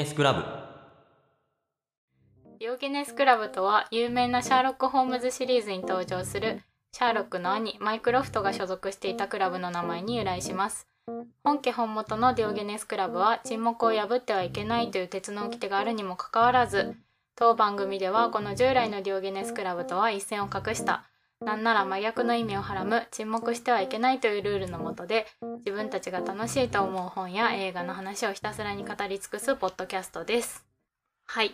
スクラブ。 ディオゲネスクラブとは、有名なシャーロック・ホームズシリーズに登場するシャーロックの兄マイクロフトが所属していたクラブの名前に由来します。本家本元のディオゲネスクラブは沈黙を破ってはいけないという鉄の掟があるにもかかわらず、当番組ではこの従来のディオゲネスクラブとは一線を画した、なんなら真逆の意味をはらむ沈黙してはいけないというルールの下で、自分たちが楽しいと思う本や映画の話をひたすらに語り尽くすポッドキャストです。はい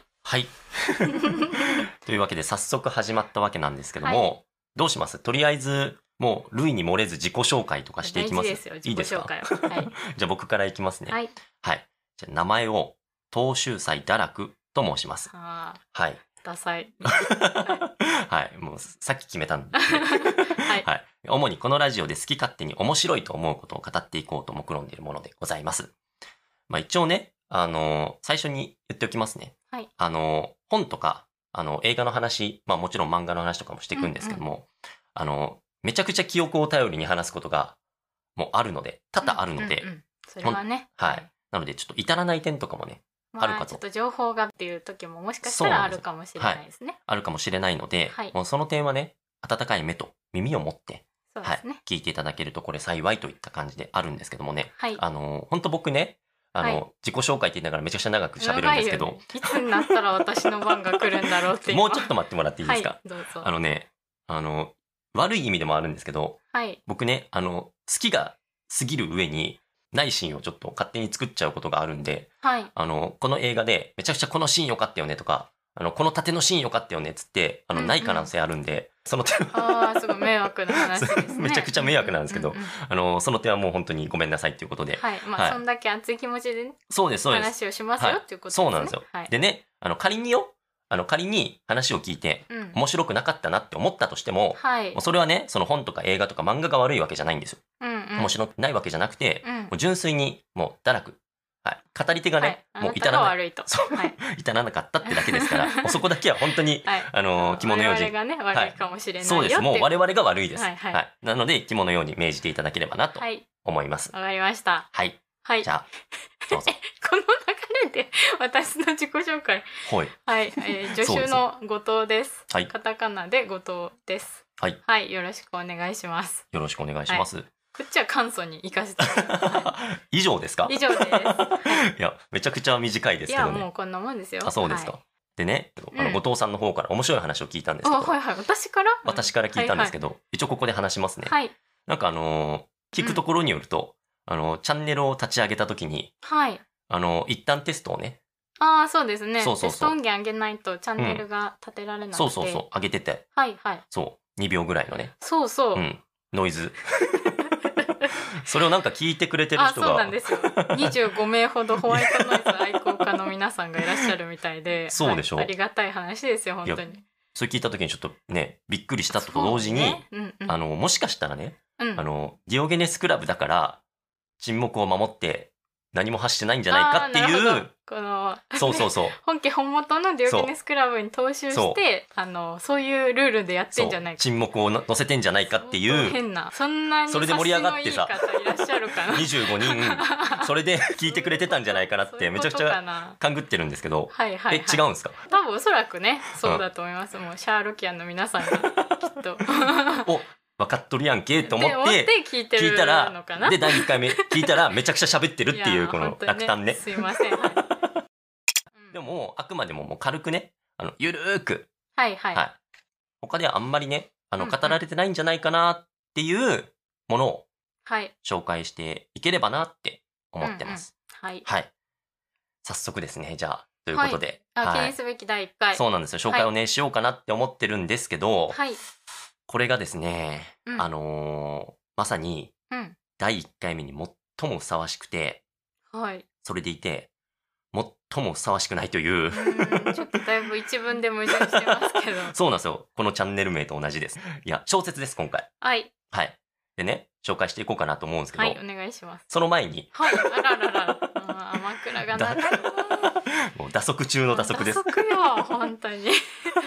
というわけで早速始まったわけなんですけども、どうします？とりあえずもう類に漏れず自己紹介とかしていきます。 大事ですよ、自己紹介は。 じゃあ僕からいきますね。 はい。 じゃあ名前を東秀斎堕落と申します。はい。 ダサい。 はい、もうさっき決めたんで、はい。主にこのラジオで好き勝手に面白いと思うことを語っていこうと目論んでいるものでございます。一応ね、最初に言っておきますね。 はい。 本とか、映画の話、もちろん漫画の話とかもしていくんですけども、めちゃくちゃ記憶を頼りに話すことがもうあるので、多々あるので、 それはね。 はい。なのでちょっと至らない点とかもね、あるかと。 ちょっと情報がっていう時ももしかしたらあるかもしれないですね。 あるかもしれないので、もうその点はね、温かい目と耳を持って、聞いていただけるとこれ幸いといった感じであるんですけどもね、本当僕ね、自己紹介って言いながらめちゃくちゃ長く喋るんですけど、 いつになったら私の番が来るんだろうってもうちょっと待ってもらっていいですか？ どうぞ。 悪い意味でもあるんですけど、僕ね、好きが過ぎる上にないシーンをちょっと勝手に作っちゃうことがあるんで、この映画でめちゃくちゃこのシーン良かったよねとか、この縦のシーン良かったよねっつって、ない可能性あるんで、その点はすごい迷惑な話ですね。 めちゃくちゃ迷惑なんですけど、その点はもう本当にごめんなさいっていうことで。 そんだけ熱い気持ちでね、 そうです、 話をしますよっていうことですね。 そうなんですよ。でね、仮に話を聞いて、面白くなかったなって思ったとしても、それはね、その本とか映画とか漫画が悪いわけじゃないんですよ。面白くないわけじゃなくて、もう純粋にもう堕落。語り手がね、もう至らなかったってだけですから、そこだけは本当に、肝のように。 我々がね、悪いかもしれないよそうです。もう我々が悪いです。なので、肝のように銘じていただければなと思います。 わかりました。 じゃあ、どうぞ。 この流れで私の自己紹介。助手の後藤です。カタカナで後藤です。よろしくお願いします。 よろしくお願いします。 こっちは簡素に生かして。 以上ですか？ 以上です。 いや、めちゃくちゃ短いですけどね。 いや、もうこんなもんですよ。 そうですか。でね、後藤さんの方から面白い話を聞いたんですけど。 私から聞いたんですけど、一応ここで話しますね。なんか聞くところによると、チャンネルを立ち上げた時に、一旦テストをね。 そうですね。テスト音源上げないとチャンネルが立てられなくて。 上げてて。そう、2秒ぐらいのね。ノイズ。それをなんか聞いてくれてる人が。 そうなんですよ。25名ほどホワイトノイズ愛好家の皆さんがいらっしゃるみたいで。 そうでしょ。 ありがたい話ですよ、本当に。 それ聞いた時にちょっとね、びっくりしたと同時に、もしかしたらね、ディオゲネスクラブだから、沈黙を守って何も発してないんじゃないかっていう。本家本元のディオゲネスクラブに踏襲して、そういうルールでやってんじゃないか。 沈黙を乗せてんじゃないかっていう。 変な。そんなにそれで盛り上がってさ、 いらっしゃるかな。 25人、それで聞いてくれてたんじゃないかなってめちゃくちゃ勘ぐってるんですけど。違うんですか？ 多分おそらくね、そうだと思います。もうシャーロキアンの皆さんがきっと。 分かっとるやんけと思って聞いたら、で第1回目聞いたらめちゃくちゃ喋ってるっていうこの落胆ね。 すいません。 でもあくまでももう軽くね、ゆるーく、他ではあんまりね、語られてないんじゃないかなっていうものを紹介していければなって思ってます。早速ですね、じゃあということで、 記念すべき第1回。 そうなんですよ。紹介をねしようかなって思ってるんですけど、これがですね、まさに第1回目に最もふさわしくて、それでいて最もふさわしくないというちょっとだいぶ一文で矛盾してますけど。 そうなんですよ。このチャンネル名と同じです。いや、小説です今回。でね、紹介していこうかなと思うんですけど、 お願いします。 その前に、 あららら、天倉が長い。 もう打足中の打足です。 打足よ、本当に。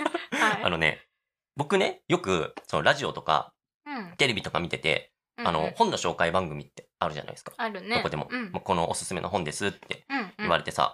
僕ね、よくそのラジオとか、テレビとか見てて、本の紹介番組ってあるじゃないですか。 あるね。 どこでも、このおすすめの本ですって言われてさ、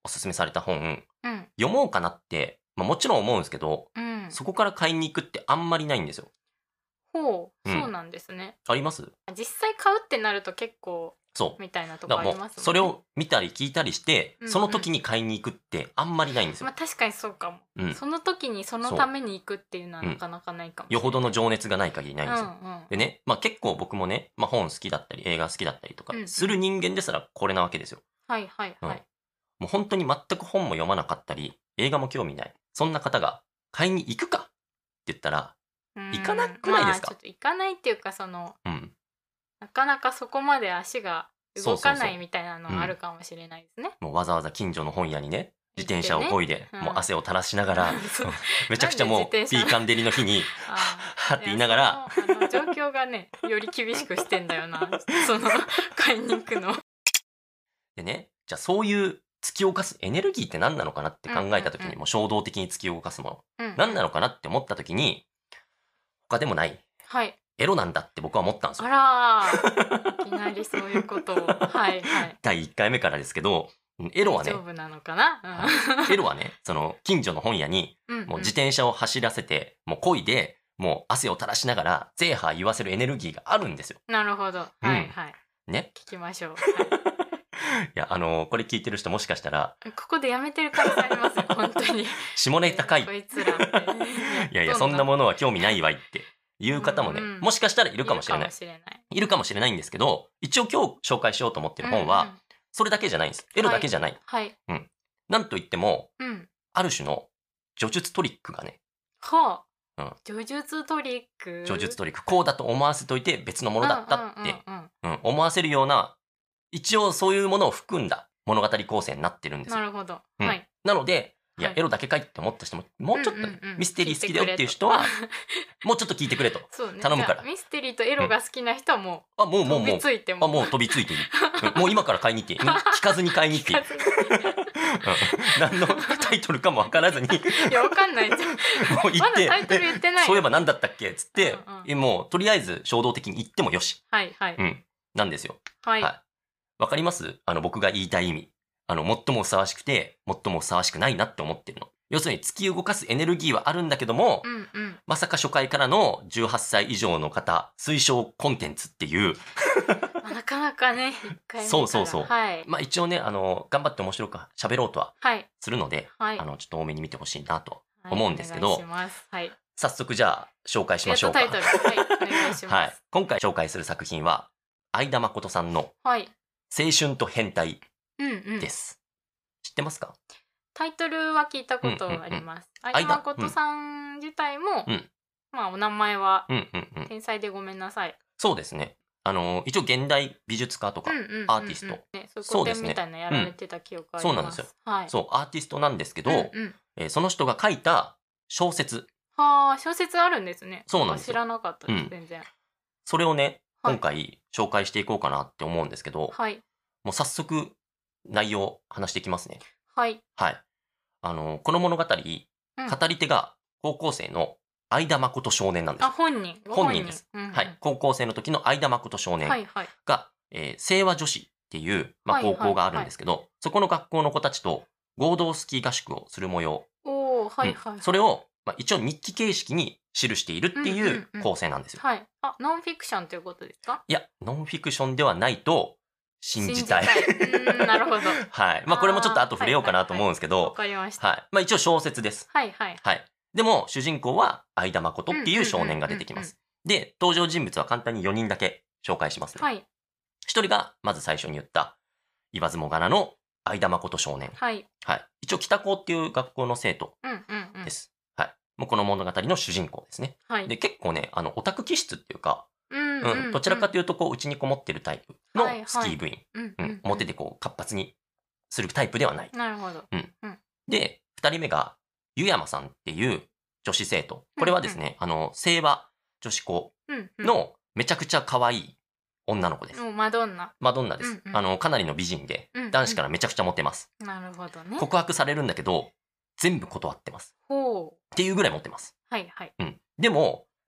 おすすめされた本、 うん。 読もうかなって、もちろん思うんですけど、 うん。 そこから買いに行くってあんまりないんですよ。 ほう、 うんそうなんですね。 あります？ 実際買うってなると結構そう。 みたいなとだからもうこありますもんね。 それを見たり聞いたりして、 うんうんその時に買いに行くってあんまりないんですよ。 確かにそうかも、 うんその時にそのために行くっていうのはなかなかないかもしれない。 よほどの情熱がない限りないんですよ。 うんうん、 でね、結構僕もね、本好きだったり映画好きだったりとかうんうんする人間ですらこれなわけですよ。 はいはいはい。 もう本当に全く本も読まなかったり、映画も興味ない。そんな方が買いに行くかって言ったら、行かなくないですか？ ちょっと行かないっていうか、その、 うん。 なかなかそこまで足が動かないみたいなのそうそうそうはあるかもしれないですね。 もうわざわざ近所の本屋にね、自転車を漕いで、 うんもう汗を垂らしながら、 そうめちゃくちゃもうピーカン照りの日に、はって言いながら、 いやその状況がね、より厳しくしてんだよな、その買いに行くの。 でね、じゃあそういう突き動かすエネルギーって何なのかなって考えた時に、もう衝動的に突き動かすもの、何なのかなって思った時に、他でもない、 はい、 エロなんだって僕は思ったんですよ。 あら、いきなりそういうことを。はいはい。 第1回目からですけど、エロはね、 大丈夫なのかな、 エロはね、その近所の本屋に、もう自転車を走らせて、もう漕いで、もう汗を垂らしながら、ゼーハー言わせるエネルギーがあるんですよ。 なるほど。はいはい。 ね。 聞きましょう。 いや、これ聞いてる人もしかしたら、 ここでやめてる可能性ありますよ、本当に。 下ネタかい。 こいつらって。 いやいや、そんなものは興味ないわいっていう方もね、もしかしたらいるかもしれない。いるかもしれないんですけど、一応今日紹介しようと思ってる本は、それだけじゃないんです。エロだけじゃない。 はい。 うん。なんといっても、ある種の叙述トリックがね。 はあ。叙述トリック。 叙述トリック。こうだと思わせといて別のものだったって思わせるような、一応そういうものを含んだ物語構成になってるんですよ。 なるほど。はい。 なので、いや、エロだけかいって思った人も、もうちょっとミステリー好きだよっていう人は、もうちょっと聞いてくれと。頼むから。 ミステリーとエロが好きな人はもう、飛びついても。 もう飛びついていい。もう今から買いに行っていい。聞かずに買いに行っていい。何のタイトルかもわからずに。 いや、わかんないじゃん。もう言って、 タイトル言ってない。 そういえば何だったっけつって、もうとりあえず衝動的に言ってもよし。 はいはい。 なんですよ。 はい。 わかります？僕が言いたい意味。最もふさわしくて、最もふさわしくないなって思ってるの。要するに突き動かすエネルギーはあるんだけども、まさか初回からの18歳以上の方、推奨コンテンツっていう。 なかなかね、一回目そうそうそう。 はい。 一応ね、頑張って面白く喋ろうとはするので、ちょっと多めに見てほしいなと思うんですけど、早速じゃあ紹介しましょうか。 タイトル、はい、お願いします。 はい。今回紹介する作品は、相田誠さんの、青春と変態です。知ってますか？ タイトルは聞いたことあります。相田誠さん自体も、お名前は、天才でごめんなさい。 そうですね。一応現代美術家とかアーティスト。 そうですね。みたいなやられてた記憶あります。 そうなんですよ。そう、アーティストなんですけど、その人が書いた小説。 はあ、小説あるんですね。 そうなんですよ。 知らなかったです、全然。 それをね、今回紹介していこうかなって思うんですけど、もう早速内容話していきますね。はい。はい。この物語、語り手が高校生の相田誠少年なんです。 本人です。はい。高校生の時の相田誠少年が、清和女子っていう、高校があるんですけど、そこの学校の子たちと合同スキー合宿をする模様。それを、一応日記形式に記しているっていう構成なんですよ。 はい。ノンフィクションということですか？ いや、ノンフィクションではないと信じたい。 なるほど。 はい。これもちょっと後触れようかなと思うんですけど。 わかりました。 はい。一応小説です。 はいはい。 はい。でも、主人公は相田誠っていう少年が出てきます。で、登場人物は簡単に4人だけ紹介しますね。はい。1人が、まず最初に言った、言わずもがなの相田誠少年。はい。はい。一応、北高っていう学校の生徒です。はい。もうこの物語の主人公ですね。はい。で、結構ね、オタク気質っていうか、どちらかというと、こう、内にこもってるタイプのスキー部員。表でこう、活発にするタイプではない。 なるほど。 で、2人目が、湯山さんっていう女子生徒。これはですね、清和女子校のめちゃくちゃ可愛い女の子です。 マドンナ。 マドンナです。かなりの美人で、男子からめちゃくちゃモテます。 なるほどね。 告白されるんだけど、全部断ってます。っていうぐらいモテます。 はいはい。 でも、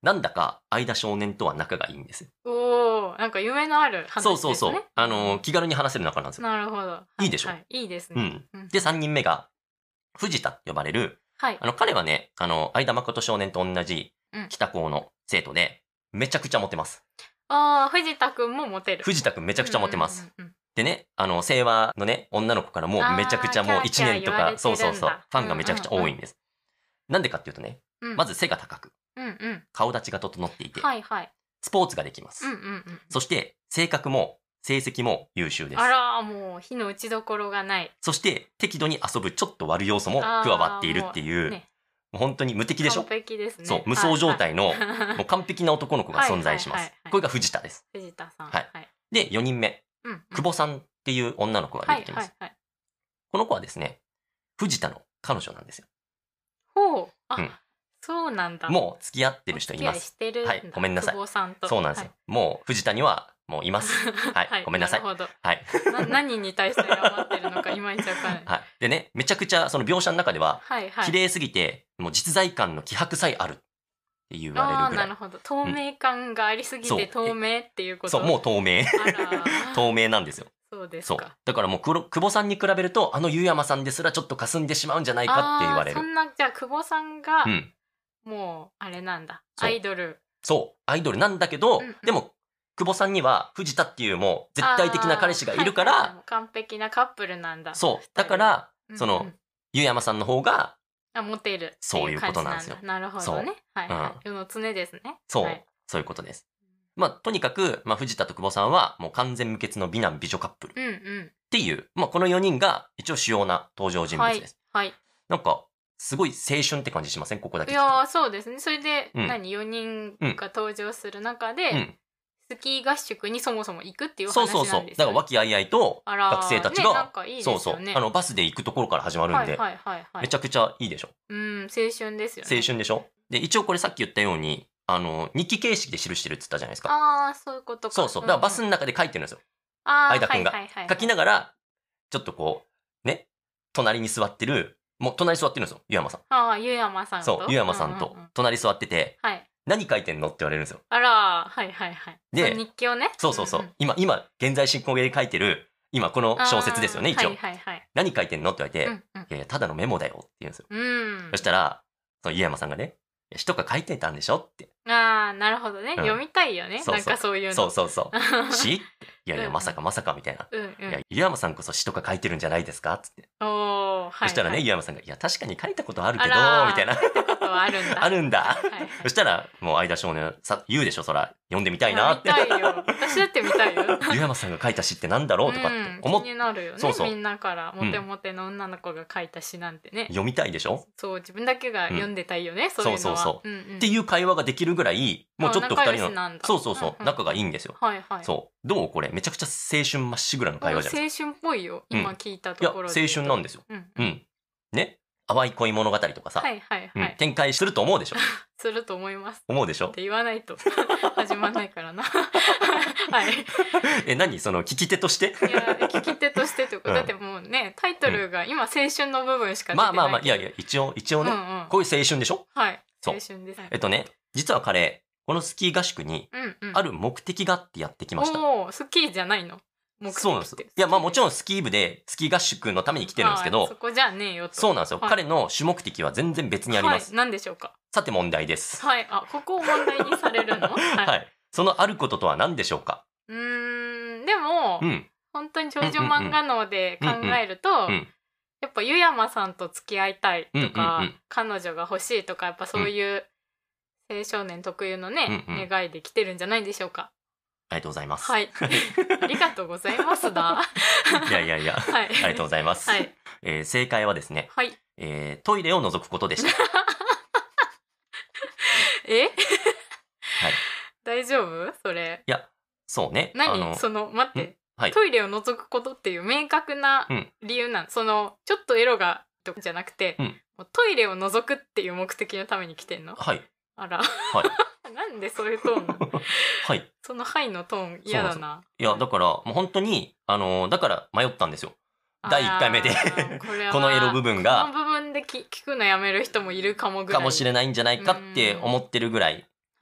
なんだか相田少年とは仲がいいんです。 おー、なんか夢のある話ですね。 そうそうそう。気軽に話せる仲なんですよ。 なるほど。 いいでしょ。 いいですね。 で、3人目が、藤田と呼ばれる、彼はね、相田誠少年と同じ、北高の生徒で、めちゃくちゃモテます。 ああ、藤田くんもモテる。 藤田くんめちゃくちゃモテます。でね、清和のね、女の子からもめちゃくちゃもう1年とか、そうそうそう、ファンがめちゃくちゃ多いんです。なんでかっていうとね、まず背が高く、顔立ちが整っていて、スポーツができます。そして、性格も、成績も優秀です。 あら、もう火の打ちどころがない。 そして、適度に遊ぶちょっと悪要素も加わっているっていう、もう本当に無敵でしょ。 完璧ですね。 そう、無双状態の、もう完璧な男の子が存在します。これが藤田です。 藤田さん。 で、4人目。久保さんっていう女の子が出てきます。この子はですね、藤田の彼女なんですよ。 ほう。そうなんだ。 もう付き合ってる人います。はい、ごめんなさい。そうなんですよ。もう藤田にはもういます。はい、ごめんなさい。 なるほど。 はい。 何に対して謝ってるのかいまいちわかんない。 はい。でね、めちゃくちゃその描写の中では、綺麗すぎて、もう実在感の希薄さえあるって言われるぐらい。 なるほど。透明感がありすぎて透明っていうこと。 そう、もう透明。透明なんですよ。 そうですか。 だからもう久保さんに比べると、湯山さんですらちょっと霞んでしまうんじゃないかって言われる。 そんな、じゃあ久保さんが、もう、あれなんだ。アイドル。 そう、アイドルなんだけど、でも、久保さんには藤田っていうもう絶対的な彼氏がいるから、 完璧なカップルなんだ。 そう。だから、湯山さんの方が、 モテる。 そういうことなんですよ。 なるほどね。世の常ですね。 そう。そういうことです。まあ、とにかく、藤田と久保さんは、もう完全無欠の美男美女カップル。っていう、この4人が一応主要な登場人物です。なんか、すごい青春って感じしません？ここだけ。 いやそうですね。それで、4人が登場する中で、スキー合宿にそもそも行くっていう話なんですよ。そう。 だから和気あいあいと学生たちが、 そうそう。 バスで行くところから始まるんで、めちゃくちゃいいでしょ。 青春ですよね。 青春でしょ。で、一応これさっき言ったように、日記形式で記してるって言ったじゃないですか。 そういうことか。 そう。だからバスの中で書いてるんですよ。相田くんが。書きながら、ちょっとこう、ね、隣に座ってる、もう隣座ってるんですよ、湯山さん。 湯山さんと。 そう、湯山さんと隣座ってて、何書いてんのって言われるんですよ。 で、日記をね。 そう。今、現在進行形で書いてる、今この小説ですよね、一応。何書いてんのって言われて、いや、ただのメモだよって言うんですよ。そしたら、湯山さんがね、詩とか書いてたんでしょって。 なるほどね。読みたいよね。なんかそういうの。 そう。詩いや、まさかみたいな。いや、湯山さんこそ詩とか書いてるんじゃないですかつって。そしたらね、湯山さんが、いや、確かに書いたことあるけど、みたいな。 書いたことはあるんだ。 あるんだ。そしたら、もう相田少年言うでしょ、そら。読んでみたいなって。 見たいよ。私だって見たいよ。 湯山さんが書いた詩ってなんだろうとかって思って。 気になるよね。みんなからモテモテの女の子が書いた詩なんてね。 読みたいでしょ。 そう、自分だけが読んでたいよね、そういうのは。 そう。っていう会話ができるぐらい、もうちょっと二人の、そう、仲がいいんですよ。そう。どうこれ、めちゃくちゃ青春まっしぐらの会話じゃないですか。 青春っぽいよ、今聞いたところで。 いや、青春なんですよ。ね。淡い恋物語とかさ、展開すると思うでしょ。 すると思います。 思うでしょ。 って言わないと始まんないからな。 何その聞き手として？ いや、聞き手としてというか、だってもうね、タイトルが今青春の部分しか出てない。 まあ、いや、一応ね、こういう青春でしょ。 はい。青春です。 実は彼、このスキー合宿に、ある目的があってやってきました。 スキーじゃないの？ そうなんです。いや、もちろんスキー部でスキー合宿のために来てるんですけど、 そこじゃねえよと。 そうなんですよ。彼の主目的は全然別にあります。 何でしょうか？ さて問題です。 ここを問題にされるの？ はい。そのあることとは何でしょうか？ でも、本当に少女漫画脳で考えると、やっぱ湯山さんと付き合いたいとか、彼女が欲しいとか、やっぱそういう青少年特有のね、願いで来てるんじゃないでしょうか？ ありがとうございます。 はい。ありがとうございますだ。 いや。ありがとうございます。正解はですね、トイレを覗くことでした。 大丈夫？それ。 いや、そうね。 待って。トイレを覗くことっていう明確な理由なん。ちょっとエロがとかじゃなくて、トイレを覗くっていう目的のために来てんの？ はい。 あら。なんでそういうトーンなの？そのはいのトーン嫌だな。 いや、だから、もう本当に、だから迷ったんですよ。第1回目でこのエロ部分が。 この部分で聞くのやめる人もいるかもぐらい。 かもしれないんじゃないかって思ってるぐらい。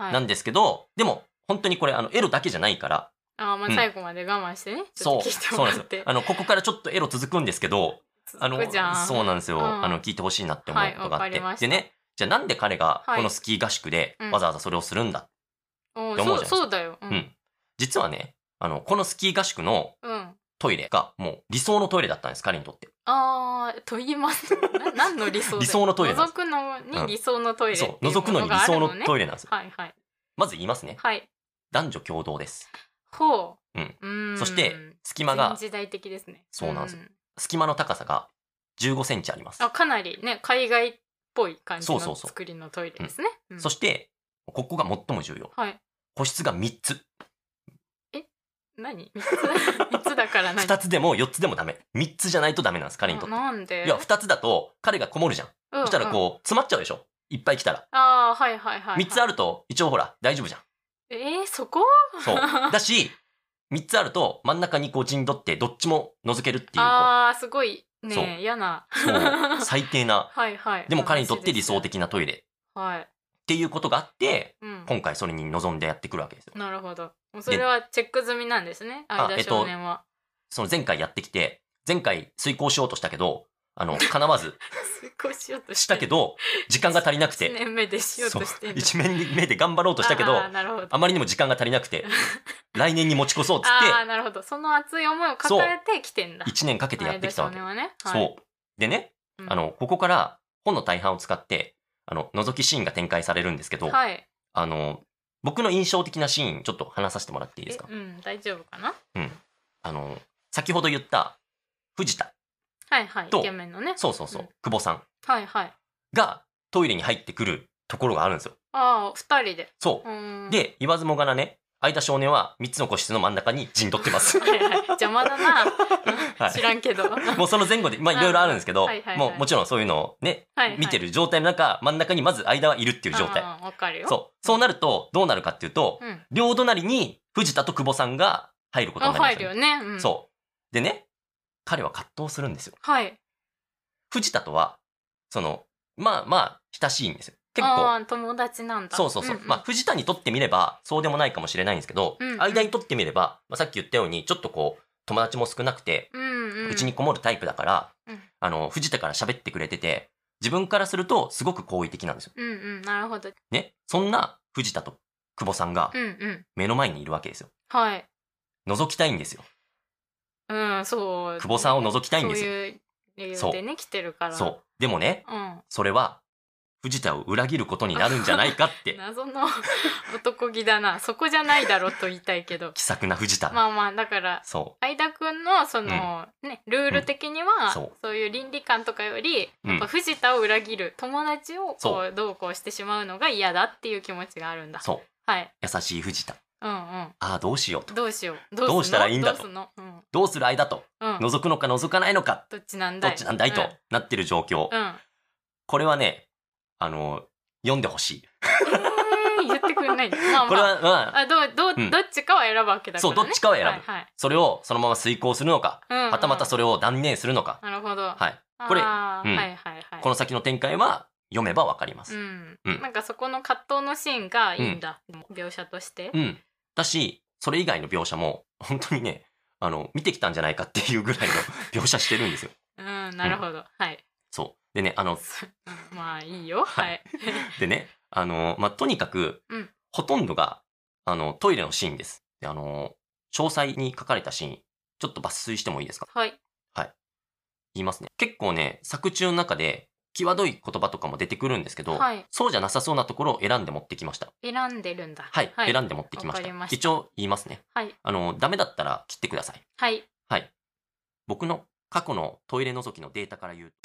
なんですけど、でも本当にこれエロだけじゃないから、 まあ最後まで我慢してね、ちょっと聞いてもらって。 そうなんですよ。ここからちょっとエロ続くんですけど、そうなんですよ。聞いてほしいなって思うことがあって。でね、じゃあなんで彼がこのスキー合宿でわざわざそれをするんだって思うじゃないですか。 そうだよ。 実はね、このスキー合宿のトイレがもう理想のトイレだったんです、彼にとって。 と言いますと何の理想理想のトイレなんです。 覗くのに理想のトイレ。 そう、覗くのに理想のトイレなんですよ。 はいはい。 まず言いますね。 はい。 男女共同です。 ほう。そして隙間が時代的ですね。 そうなんです。隙間の高さが15センチあります。 かなりね、海外っぽい感じの作りのトイレですね。 そしてここが最も重要。 はい。 個室が3つ。 何 ?3 つだから何 ?2 つでも4つでもダメ。3つじゃないとダメなんです、彼にとって。 なんで？ いや、2つだと彼がこもるじゃん。そしたらこう詰まっちゃうでしょ、いっぱい来たら。 はいはいはい。 3つあると一応ほら大丈夫じゃん。 そこ？ そうだし、3つあると真ん中にこう陣取ってどっちも覗けるっていう。 すごいね、嫌な。 そう最低な。 はいはい。 でも彼にとって理想的なトイレ。 はい。 っていうことがあって、今回それに臨んでやってくるわけですよ。 なるほど。それはチェック済みなんですね、相田少年は。 その前回やってきて、前回遂行しようとしたけど、叶わず遂行しようとしたけど、時間が足りなくて。 1年目でしようとしてんだ。 1年目で頑張ろうとしたけど、あまりにも時間が足りなくて、来年に持ち越そうっつって。 なるほど。その熱い思いを抱えてきてんだ。 1年かけてやってきたわけ。 ね、 そう。でね、ここから本の大半を使って、覗きシーンが展開されるんですけど、 はい、 僕の印象的なシーンちょっと話させてもらっていいですか？ 大丈夫かな？ 先ほど言った藤田と、イケメンのね、 そう、久保さんがトイレに入ってくるところがあるんですよ。 2人で。 そう。で、言わずもがなね、相田少年は3つの個室の真ん中に陣取ってます。 邪魔だな。知らんけど。 もうその前後で、いろいろあるんですけど、もちろんそういうのをね、見てる状態の中、真ん中にまず間はいるっていう状態。 わかるよ。 そうなると、どうなるかっていうと、両隣に藤田と久保さんが入ることになります。 入るよね。 そう。でね、彼は葛藤するんですよ。 はい。 藤田とは、まあ、親しいんですよ。結構友達なんだ。 そう、藤田にとってみればそうでもないかもしれないんですけど、間にとってみれば、さっき言ったようにちょっとこう友達も少なくてうちにこもるタイプだから、藤田から喋ってくれてて、自分からするとすごく好意的なんですよ。 なるほどね。そんな藤田と久保さんが目の前にいるわけですよ。 はい。 覗きたいんですよ。 そう。 久保さんを覗きたいんですよ。 そういう理由でね、来てるから。 そう。でもね、それは藤田を裏切ることになるんじゃないかって謎の男気だな。そこじゃないだろうと言いたいけど、 気さくな藤田。 だから相田くんのルール的には、そういう倫理観とかよりやっぱ藤田を裏切る友達をどうこうしてしまうのが嫌だっていう気持ちがあるんだ。 そう、 はい、 優しい藤田。どうしようと。 どうしたらいいんだと。どうする間と、覗くのか覗かないのか、 どっちなんだいとなってる状況。これはね、読んでほしい。 言ってくれない。これはどっちかは選ぶわけだからね。 そう、どっちかは選ぶ。それをそのまま遂行するのか、はたまたそれを断念するのか。 なるほど。 はい。これ、この先の展開は読めばわかります。 なんかそこの葛藤のシーンがいいんだ、描写として。 だし、それ以外の描写も本当にね、見てきたんじゃないかっていうぐらいの描写してるんですよ。 なるほど。はい。 そう。でね、 まあいいよ。はい。 でね、とにかく、ほとんどが、トイレのシーンです。で、詳細に書かれたシーン、ちょっと抜粋してもいいですか？ はい。 はい。言いますね。結構ね、作中の中で、際どい言葉とかも出てくるんですけど、そうじゃなさそうなところを選んで持ってきました。 選んでるんだ。 はい。選んで持ってきました。一応言いますね。 はい。 ダメだったら切ってください。 はい。 はい。僕の過去のトイレ覗きのデータから言うと、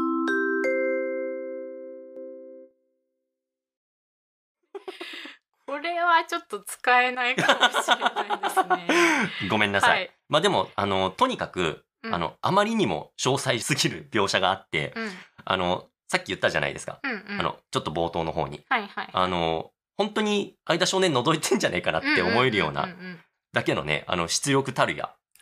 これはちょっと使えないかもしれないですね。 ごめんなさい。でもとにかくあまりにも詳細すぎる描写があって、さっき言ったじゃないですか。ちょっと冒頭の方に、本当に相田少年覗いてんじゃねえかなって思えるようなだけのね、出力たるや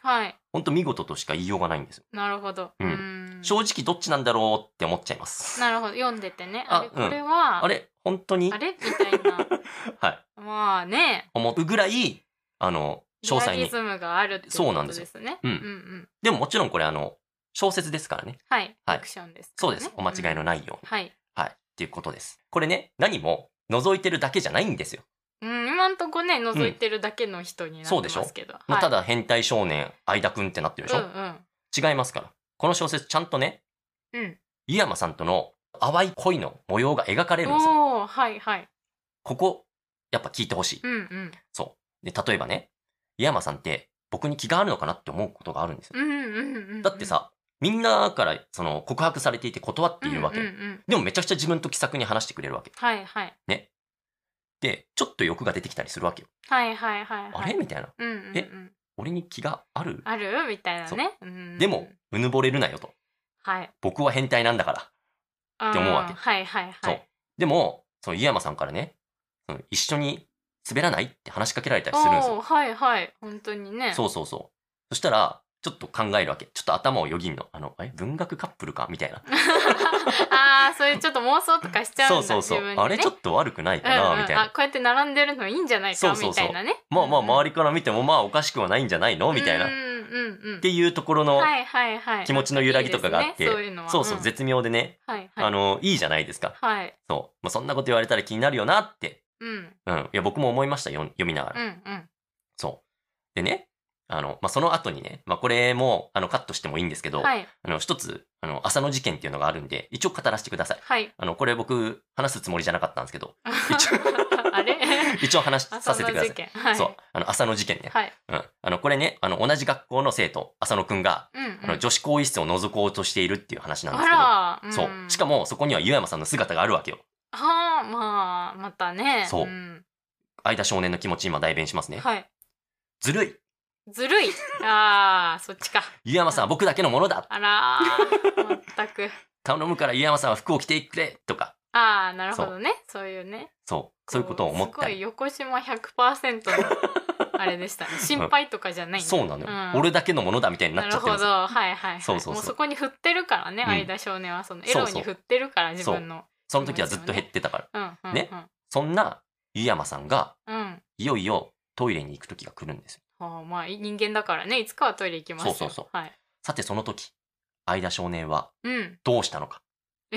はい。 ほんと見事としか言いようがないんですよ。 なるほど。 正直どっちなんだろうって思っちゃいます。 なるほど。読んでてね。あれ、これは、 あれ本当にあれみたいな。 はい。 まあね。 思うぐらい、詳細に。 リアリズムがあるっていうことですね。 でももちろんこれ小説ですからね。 はい。フィクションです。 そうです。お間違いのないように。 はい。 はい。っていうことです。これね、何も覗いてるだけじゃないんですよ。 今んとこね、覗いてるだけの人になってますけど。 ただ変態少年、相田くんってなってるでしょ。違いますから。この小説ちゃんとね、井山さんとの淡い恋の模様が描かれるんですよ。 はいはい。 ここ、やっぱ聞いてほしい。そう。で、例えばね、井山さんって僕に気があるのかなって思うことがあるんですよ。だってさ、みんなから告白されていて断っているわけ。でもめちゃくちゃ自分と気さくに話してくれるわけ。 はいはい。 ね。で、ちょっと欲が出てきたりするわけよ。 はいはいはい。 あれみたいな。俺に気があるみたいなね。 でも、うぬぼれるなよと。 はい。 僕は変態なんだからって思うわけ。 はいはいはい。 そう。でも、井山さんからね、一緒に滑らないって話しかけられたりするんですよ。 はいはい。本当にね。 そう。そしたら、ちょっと考えるわけ。ちょっと頭をよぎんの。文学カップルかみたいな。 そういうちょっと妄想とかしちゃうんだ。 そう。あれちょっと悪くないかなみたいな。 こうやって並んでるのいいんじゃないかみたいなね。 まあ周りから見てもまあおかしくはないんじゃないのみたいな。っていうところの気持ちの揺らぎとかがあって。そう、絶妙でね。いいじゃないですか。そう。そんなこと言われたら気になるよなって。いや、僕も思いましたよ。読みながら。そう。でね。その後にね、これも、カットしてもいいんですけど、一つ、浅野事件っていうのがあるんで、一応語らせてください。 はい。 これ僕、話すつもりじゃなかったんですけど、 あれ一応話させてください。 はい、 そう、浅野事件ね。 はい。 これね、同じ学校の生徒、浅野くんが、女子更衣室を覗こうとしているっていう話なんですけど、そう。しかも、そこには湯山さんの姿があるわけよ。 またね。 そう。相田少年の気持ち今代弁しますね。 はい。 ずるい。 そっちか。 湯山さんは僕だけのものだ。 全く。 頼むから湯山さんは服を着てくれとか。 なるほどね。そういうね。 そういうことを思ったり。 すごい横島 100% のあれでしたね。心配とかじゃないんだ。 そうなのよ。俺だけのものだみたいになっちゃってるんですよ。 なるほど。はい。もうそこに振ってるからね、相田少年は。そのエロに振ってるから、自分の。 その時はずっと減ってたから。ね。そんな湯山さんが、いよいよトイレに行く時が来るんですよ。 人間だからね、いつかはトイレ行きますよ。 そう。さてその時、相田少年はどうしたのか。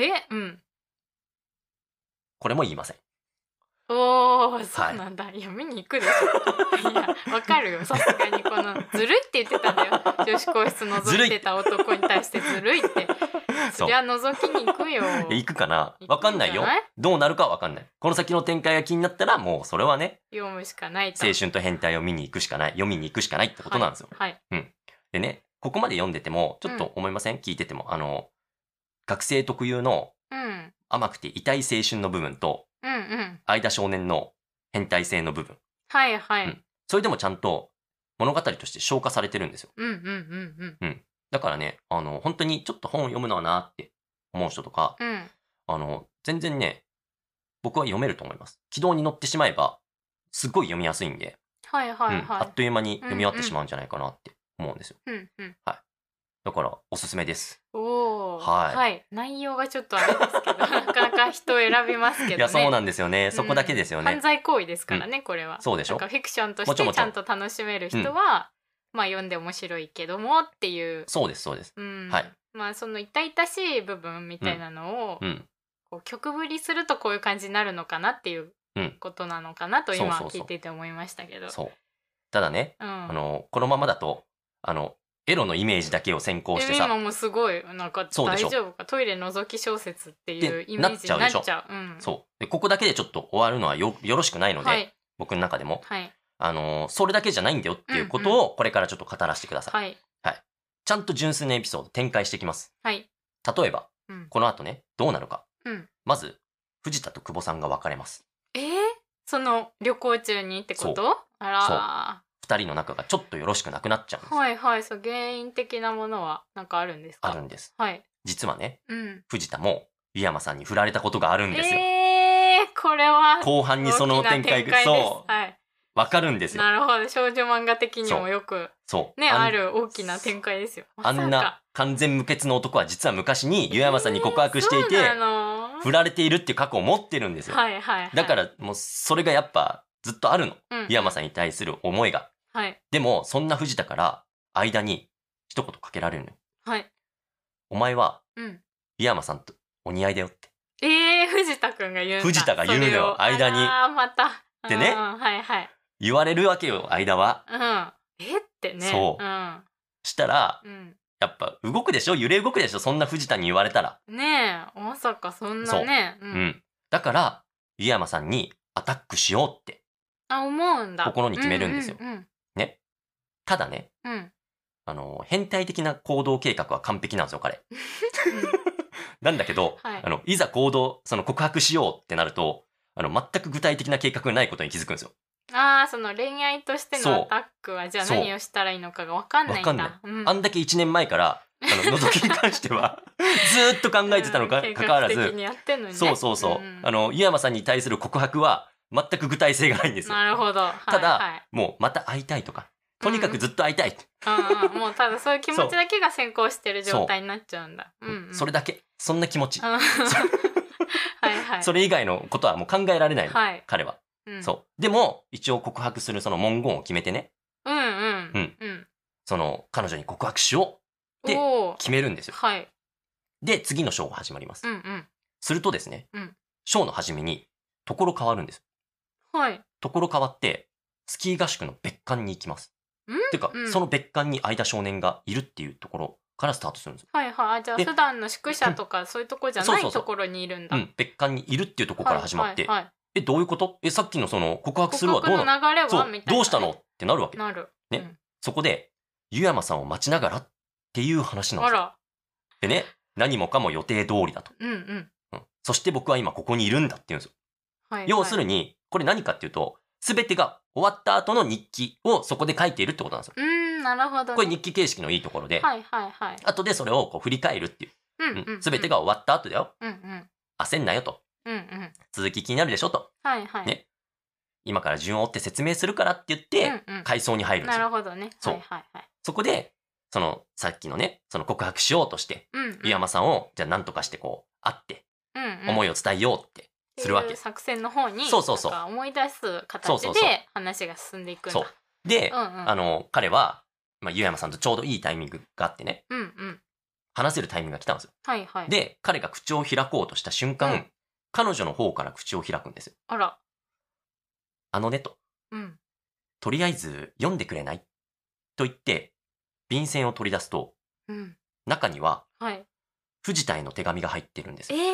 これも言いません。 そうなんだ。いや、見に行くでしょ。いや、わかるよ。さすがにこの、ずるいって言ってたんだよ。女子更室覗いてた男に対してずるいって。そりゃ覗きに行くよ。 行くかな？わかんないよ。どうなるかはわかんない。この先の展開が気になったら、もうそれはね。 読むしかないと。 青春と変態を見に行くしかない。読みに行くしかないってことなんですよ。 はい。 でね、ここまで読んでても、ちょっと思いません？聞いてても。学生特有の甘くて痛い青春の部分と、相田少年の変態性の部分。それでもちゃんと物語として消化されてるんですよ。だからね、本当にちょっと本を読むのはなって思う人とか、全然ね、僕は読めると思います。軌道に乗ってしまえば、すっごい読みやすいんで、あっという間に読み終わってしまうんじゃないかなって思うんですよ。はい。だから、おすすめです。 はい。内容がちょっとあれですけど、なかなか人を選びますけどね。 いや、そうなんですよね。そこだけですよね。 犯罪行為ですからね、これは。 そうでしょ。 フィクションとしてちゃんと楽しめる人は、読んで面白いけどもっていう。 そうです。はい。 その痛々しい部分みたいなのを、こう曲振りするとこういう感じになるのかなっていうことなのかなと今聞いていて思いましたけど。 ただね、このままだと、エロのイメージだけを先行してさ。 今もすごい、なんか大丈夫か、トイレ覗き小説っていうイメージになっちゃう。 そう。で、ここだけでちょっと終わるのはよろしくないので、僕の中でも。それだけじゃないんだよっていうことをこれからちょっと語らせてください。ちゃんと純粋なエピソード展開していきます。例えば、この後ね、どうなるか。まず、藤田と久保さんが別れます。 その旅行中にってこと？ 二人の仲がちょっとよろしくなくなっちゃうんです。 そう、原因的なものはなんかあるんですか？ あるんです。実はね、藤田も湯山さんに振られたことがあるんですよ。 これは後半にその展開が、そう。 わかるんですよ。 なるほど、少女漫画的にもよくね、ある大きな展開ですよ。 あんな完全無欠の男は実は昔に湯山さんに告白していて、振られているっていう過去を持ってるんですよ。 はいはいはい、 だからもうそれがやっぱずっとあるの、湯山さんに対する思いが。はい、でもそんな藤田から間に一言かけられるのよ。はい、お前は湯山さんとお似合いだよって。 藤田くんが言うんだ。 藤田が言うのよ、間に。 また。 でね、 はいはい、 言われるわけよ、間は。 ってね。 そう。したら、やっぱ動くでしょ、揺れ動くでしょ、そんな藤田に言われたら。 ねえ、まさかそんなね。 だから、湯山さんにアタックしようって。 思うんだ。 心に決めるんですよ。ね。ただね、変態的な行動計画は完璧なんですよ、彼。なんだけど、いざ告白しようってなると、全く具体的な計画がないことに気づくんですよ。 その恋愛としてのアタックは、じゃあ何をしたらいいのかが分かんないんだ。分かんない。 あんだけ1年前から、覗きに関しては、ずーっと考えてたのか、かかわらず、湯山さんに対する告白は、全く具体性がないんですよ。 なるほど。 ただ、もうまた会いたいとか、とにかくずっと会いたい。 もうただそういう気持ちだけが先行してる状態になっちゃうんだ。 それだけ。そんな気持ち。それ以外のことはもう考えられないの、彼は。でも、一応告白するその文言を決めてね。彼女に告白しようって決めるんですよ。で、次のショーが始まります。するとですね、ショーの初めに、ところ変わるんです。ところ変わって、スキー合宿の別館に行きます。てか、その別館に相田少年がいるっていうところからスタートするんですよ。 じゃあ普段の宿舎とかそういうところじゃないところにいるんだ。 別館にいるっていうところから始まって、どういうこと？さっきのその告白するはどうなの？ 流れはみたいな。 どうしたのってなるわけ。 なる。 ね。そこで、湯山さんを待ちながらっていう話なんですよ。でね、何もかも予定通りだと。そして僕は今ここにいるんだって言うんですよ。要するに、これ何かっていうと、すべてが終わった後の日記をそこで書いているってことなんですよ。 なるほど。 これ日記形式のいいところで、後でそれをこう振り返るっていう。すべてが終わった後だよ。焦んなよと。続き気になるでしょと。ね。今から順を追って説明するからって言って、回想に入るんですよ。 なるほどね。 そこで、さっきのね、告白しようとして、湯山さんを、じゃあ何とかしてこう、会って、思いを伝えようってするわけ。 作戦の方に、思い出す形で話が進んでいくんだ。 で、彼は、湯山さんとちょうどいいタイミングがあってね、話せるタイミングが来たんですよ。で、彼が口を開こうとした瞬間、彼女の方から口を開くんですよ。ねと。とりあえず読んでくれないと言って、便箋を取り出すと、中には、藤田への手紙が入ってるんですよ。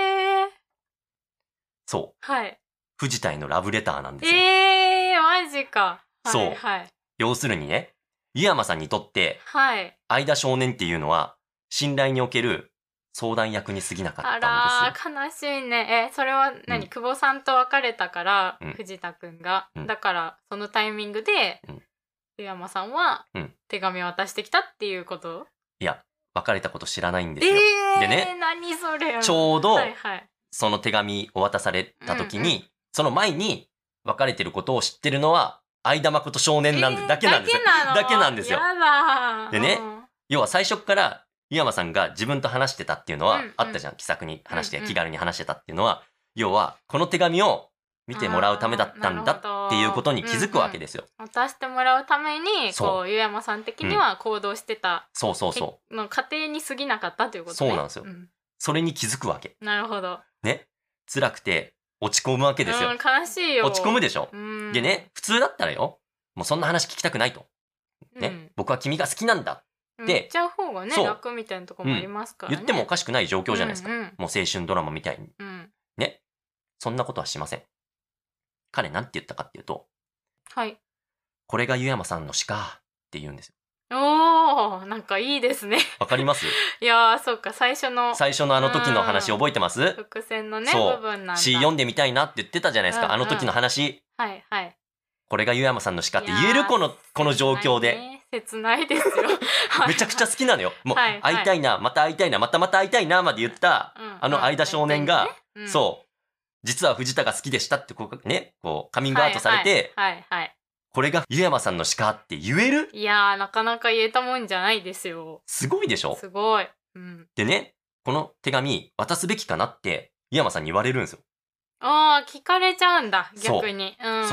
そう。藤田へのラブレターなんですよ。 マジか。 そう。要するにね、湯山さんにとって、相田少年っていうのは、信頼における相談役に過ぎなかったんですよ。悲しいね。それは何、久保さんと別れたから、藤田くんが。だから、そのタイミングで、湯山さんは、手紙を渡してきたっていうこと？ いや、別れたこと知らないんですよ。でね、 何それ。 ちょうど、その手紙を渡された時に、その前に別れてることを知ってるのは、相田誠少年だけなんですよ。だけなんですよ。でね、要は最初から湯山さんが自分と話してたっていうのはあったじゃん。気さくに話して、気軽に話してたっていうのは、要はこの手紙を見てもらうためだったんだっていうことに気づくわけですよ。 渡してもらうために、こう湯山さん的には行動してた。の過程に過ぎなかったということね。 そうなんですよ。それに気づくわけ。 なるほど。 ね。辛くて落ち込むわけですよ。 悲しいよ。 落ち込むでしょ。でね、普通だったらよ、もうそんな話聞きたくないと。ね、僕は君が好きなんだって。 言っちゃう方がね、楽みたいなとこもありますからね。 言ってもおかしくない状況じゃないですか。もう青春ドラマみたいに。ね。そんなことはしません。彼なんて言ったかっていうと、これが湯山さんの詩かって言うんですよ。 なんかいいですね。 わかります？ いやー、そうか、最初のあの時の話覚えてます？ 伏線のね、部分なんだ。 詩読んでみたいなって言ってたじゃないですか、あの時の話。これが湯山さんの詩かって言えるこの状況で。 切ないですよ。 めちゃくちゃ好きなのよ。もう、会いたいな、また会いたいな、また会いたいなまで言った、あの相田少年が、そう、 実は藤田が好きでしたってこうカミングアウトされて、これが湯山さんの詩かって言える？ いやー、なかなか言えたもんじゃないですよ。 すごいでしょ？ すごい。 でね、この手紙渡すべきかなって湯山さんに言われるんですよ。 ああ、聞かれちゃうんだ、逆に。 そう。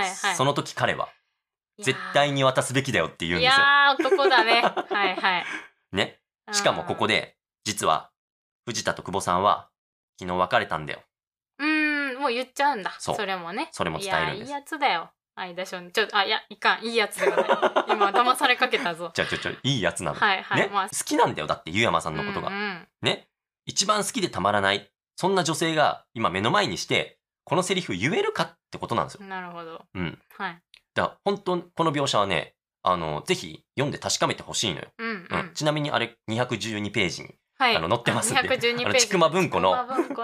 その時彼は、絶対に渡すべきだよって言うんですよ。いやー、男だね。 ね。しかもここで、実は、藤田と久保さんは、昨日別れたんだよ。 もう言っちゃうんだ。それもね。 それも伝えるんです。 いいやつだよ。相田少年。いや、いかん。いいやつではない。今、騙されかけたぞ。 いいやつなの。ね、好きなんだよ。だって、湯山さんのことが。ね。一番好きでたまらない。そんな女性が、今目の前にして、このセリフ言えるかってことなんですよ。 なるほど。 だから本当この描写はね、ぜひ読んで確かめてほしいのよ。ちなみにあれ212ページに、載ってますんで、 212ページ。 ちくま文庫の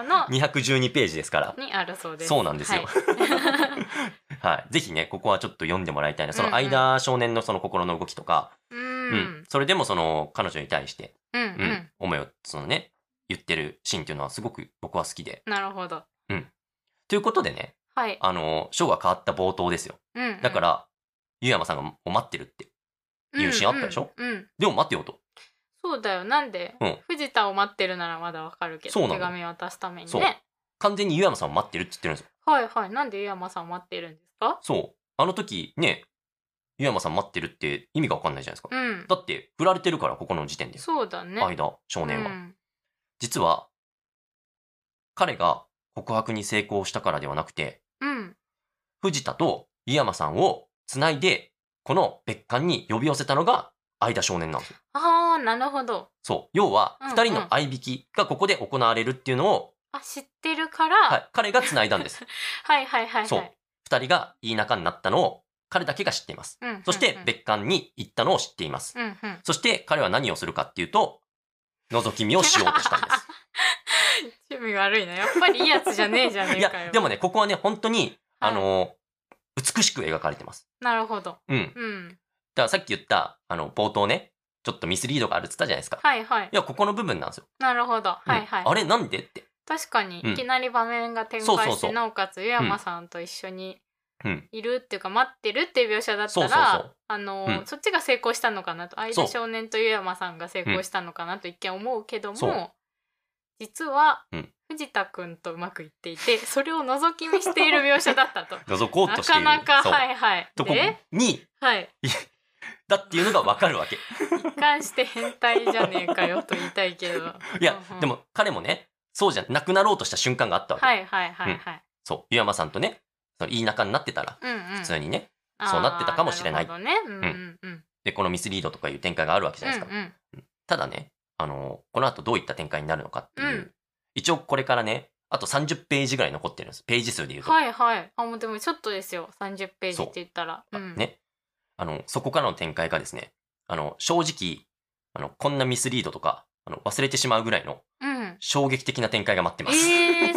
212ページですから。 にあるそうです。 そうなんですよ。ぜひね、ここはちょっと読んでもらいたいな。その相田少年のその心の動きとか、それでもその彼女に対して、思いをそのね、言ってるシーンっていうのはすごく僕は好きで。 なるほど。 ということでね、章が変わった冒頭ですよ。だから、湯山さんが待ってるっていうシーンあったでしょ？でも待ってよと。 そうだよ。なんで、藤田を待ってるならまだわかるけど、手紙渡すためにね。 完全に湯山さんを待ってるって言ってるんですよ。なんで湯山さんを待ってるんですか？ あの時ね、湯山さん待ってるって意味がわかんないじゃないですか。だって、振られてるから、ここの時点で。 そうだね。 相田少年は。実は、彼が告白に成功したからではなくて、藤田と湯山さんをつないで、この別館に呼び寄せたのが相田少年なんですよ。 なるほど。 要は、二人の相引きがここで行われるっていうのを、 知ってるから、 彼がつないだんです。二人がいい仲になったのを彼だけが知っています。そして別館に行ったのを知っています。そして彼は何をするかっていうと、覗き見をしようとしたんです。 趣味悪いな。やっぱりいいやつじゃねえじゃねえかよ。 でもね、ここはね、本当に、美しく描かれてます。 なるほど。 だからさっき言った、冒頭ね、ちょっとミスリードがあるって言ったじゃないですか。いや、ここの部分なんですよ。 なるほど。 あれなんでって。 確かに、いきなり場面が展開して、なおかつ、湯山さんと一緒にいるっていうか、待ってるっていう描写だったら、そっちが成功したのかなと、相田少年と湯山さんが成功したのかなと一見思うけども、実は、藤田くんとうまくいっていて、それを覗き見している描写だったと。 覗こうとしている。 なかなか、 とこに、だっていうのがわかるわけ。 一貫して変態じゃねえかよと言いたいけど。 いや、でも彼もね、そうじゃなくなろうとした瞬間があったわけ。湯山さんとね、いい仲になってたら、普通にね、そうなってたかもしれない。で、このミスリードとかいう展開があるわけじゃないですか。ただね、この後どういった展開になるのかっていう、一応これからね、あと30ページぐらい残ってるんです。ページ数で言うと。 もうでもちょっとですよ。30ページって言ったら。 ね。そこからの展開がですね、正直、こんなミスリードとか、忘れてしまうぐらいの、衝撃的な展開が待ってます。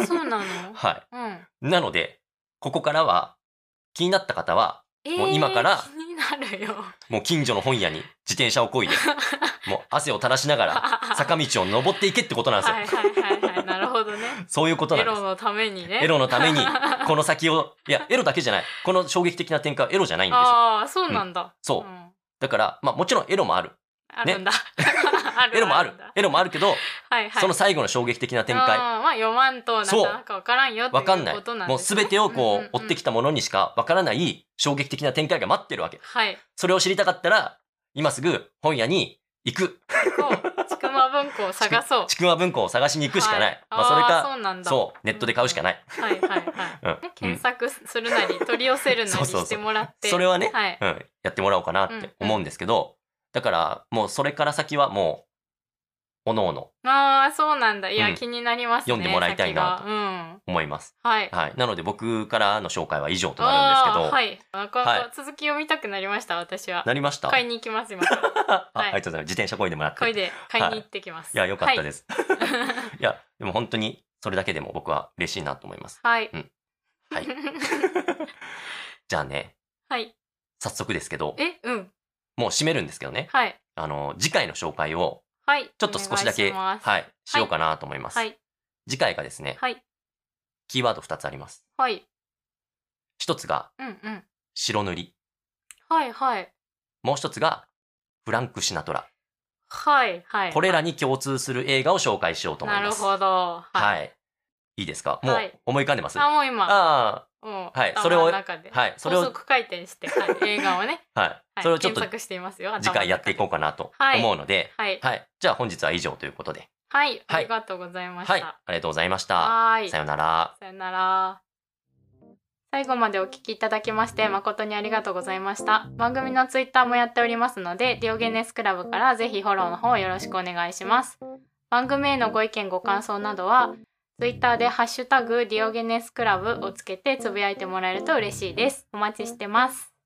そうなの？ なので、ここからは、気になった方は、もう今から、 気になるよ。 もう近所の本屋に自転車を漕いで、もう汗を垂らしながら、坂道を登っていけってことなんですよ。 なるほどね。 そういうことなんです。 エロのためにね。 エロのために、この先を、いや、エロだけじゃない。この衝撃的な展開はエロじゃないんですよ。 そうなんだ。 だから、もちろんエロもある。 あるんだ。 エロもある。エロもあるけど、その最後の衝撃的な展開。 読まんとなかなかわからんよっていうことなんですね。 もう全てをこう、追ってきたものにしかわからない衝撃的な展開が待ってるわけ。それを知りたかったら、今すぐ本屋に行く。 ちくま文庫を探そう。 ちくま文庫を探しに行くしかない。それか、ネットで買うしかない。 検索するなり、取り寄せるなりしてもらって。 それはね、やってもらおうかなって思うんですけど、だから、もうそれから先はもう、おのおの。 そうなんだ。いや、気になりますね。 読んでもらいたいなと思います。なので僕からの紹介は以上となるんですけど。 続き読みたくなりました、私は。 なりました。 買いに行きます、今。 ありがとうございます。自転車漕いでもらって。 買いに行ってきます。 いや、よかったです。いや、でも本当にそれだけでも僕は嬉しいなと思います。じゃあね。早速ですけど。もう締めるんですけどね。次回の紹介を、ちょっと少しだけ、しようかなと思います。次回がですね、 キーワード2つあります。 はい。 1つが、白塗り。 はいはい。 もう1つが、フランク・シナトラ。 はいはい。 これらに共通する映画を紹介しようと思います。 なるほど。 はい。いいですか？もう思い浮かんでます？ もう今。 はい。それを、はい。 それを高速回転して、映画をね。 はい。それをちょっと検索していますよ。 次回やっていこうかなと思うので、はい。じゃあ本日は以上ということで。 はい。ありがとうございました。はい。 ありがとうございました。 はい。 さよなら。 さよなら。最後までお聞きいただきまして誠にありがとうございました。番組のツイッターもやっておりますので、ディオゲネスクラブからぜひフォローの方よろしくお願いします。番組へのご意見ご感想などは、ツイッターでハッシュタグディオゲネスクラブをつけてつぶやいてもらえると嬉しいです。お待ちしてます。